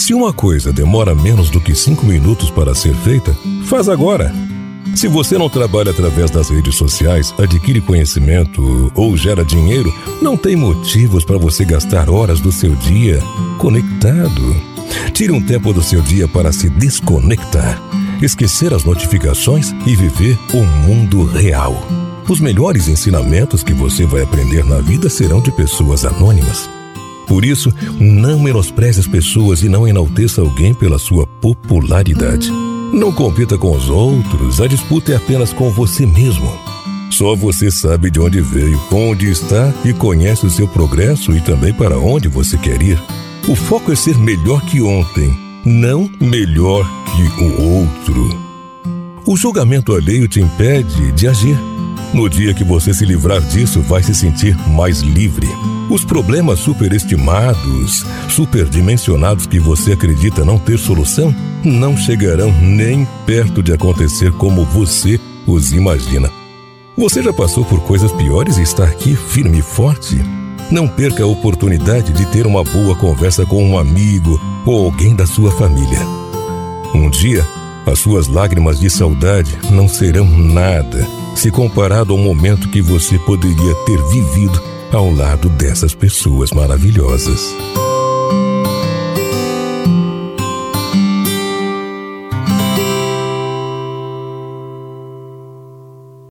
Se uma coisa demora menos do que 5 minutos para ser feita, faz agora. Se você não trabalha através das redes sociais, adquire conhecimento ou gera dinheiro, não tem motivos para você gastar horas do seu dia conectado. Tire um tempo do seu dia para se desconectar, esquecer as notificações e viver o mundo real. Os melhores ensinamentos que você vai aprender na vida serão de pessoas anônimas. Por isso, não menospreze as pessoas e não enalteça alguém pela sua popularidade. Não compita com os outros, a disputa é apenas com você mesmo. Só você sabe de onde veio, onde está e conhece o seu progresso e também para onde você quer ir. O foco é ser melhor que ontem, não melhor que o outro. O julgamento alheio te impede de agir. No dia que você se livrar disso, vai se sentir mais livre. Os problemas superestimados, superdimensionados que você acredita não ter solução, não chegarão nem perto de acontecer como você os imagina. Você já passou por coisas piores e está aqui firme e forte? Não perca a oportunidade de ter uma boa conversa com um amigo ou alguém da sua família. Um dia, as suas lágrimas de saudade não serão nada se comparado ao momento que você poderia ter vivido ao lado dessas pessoas maravilhosas.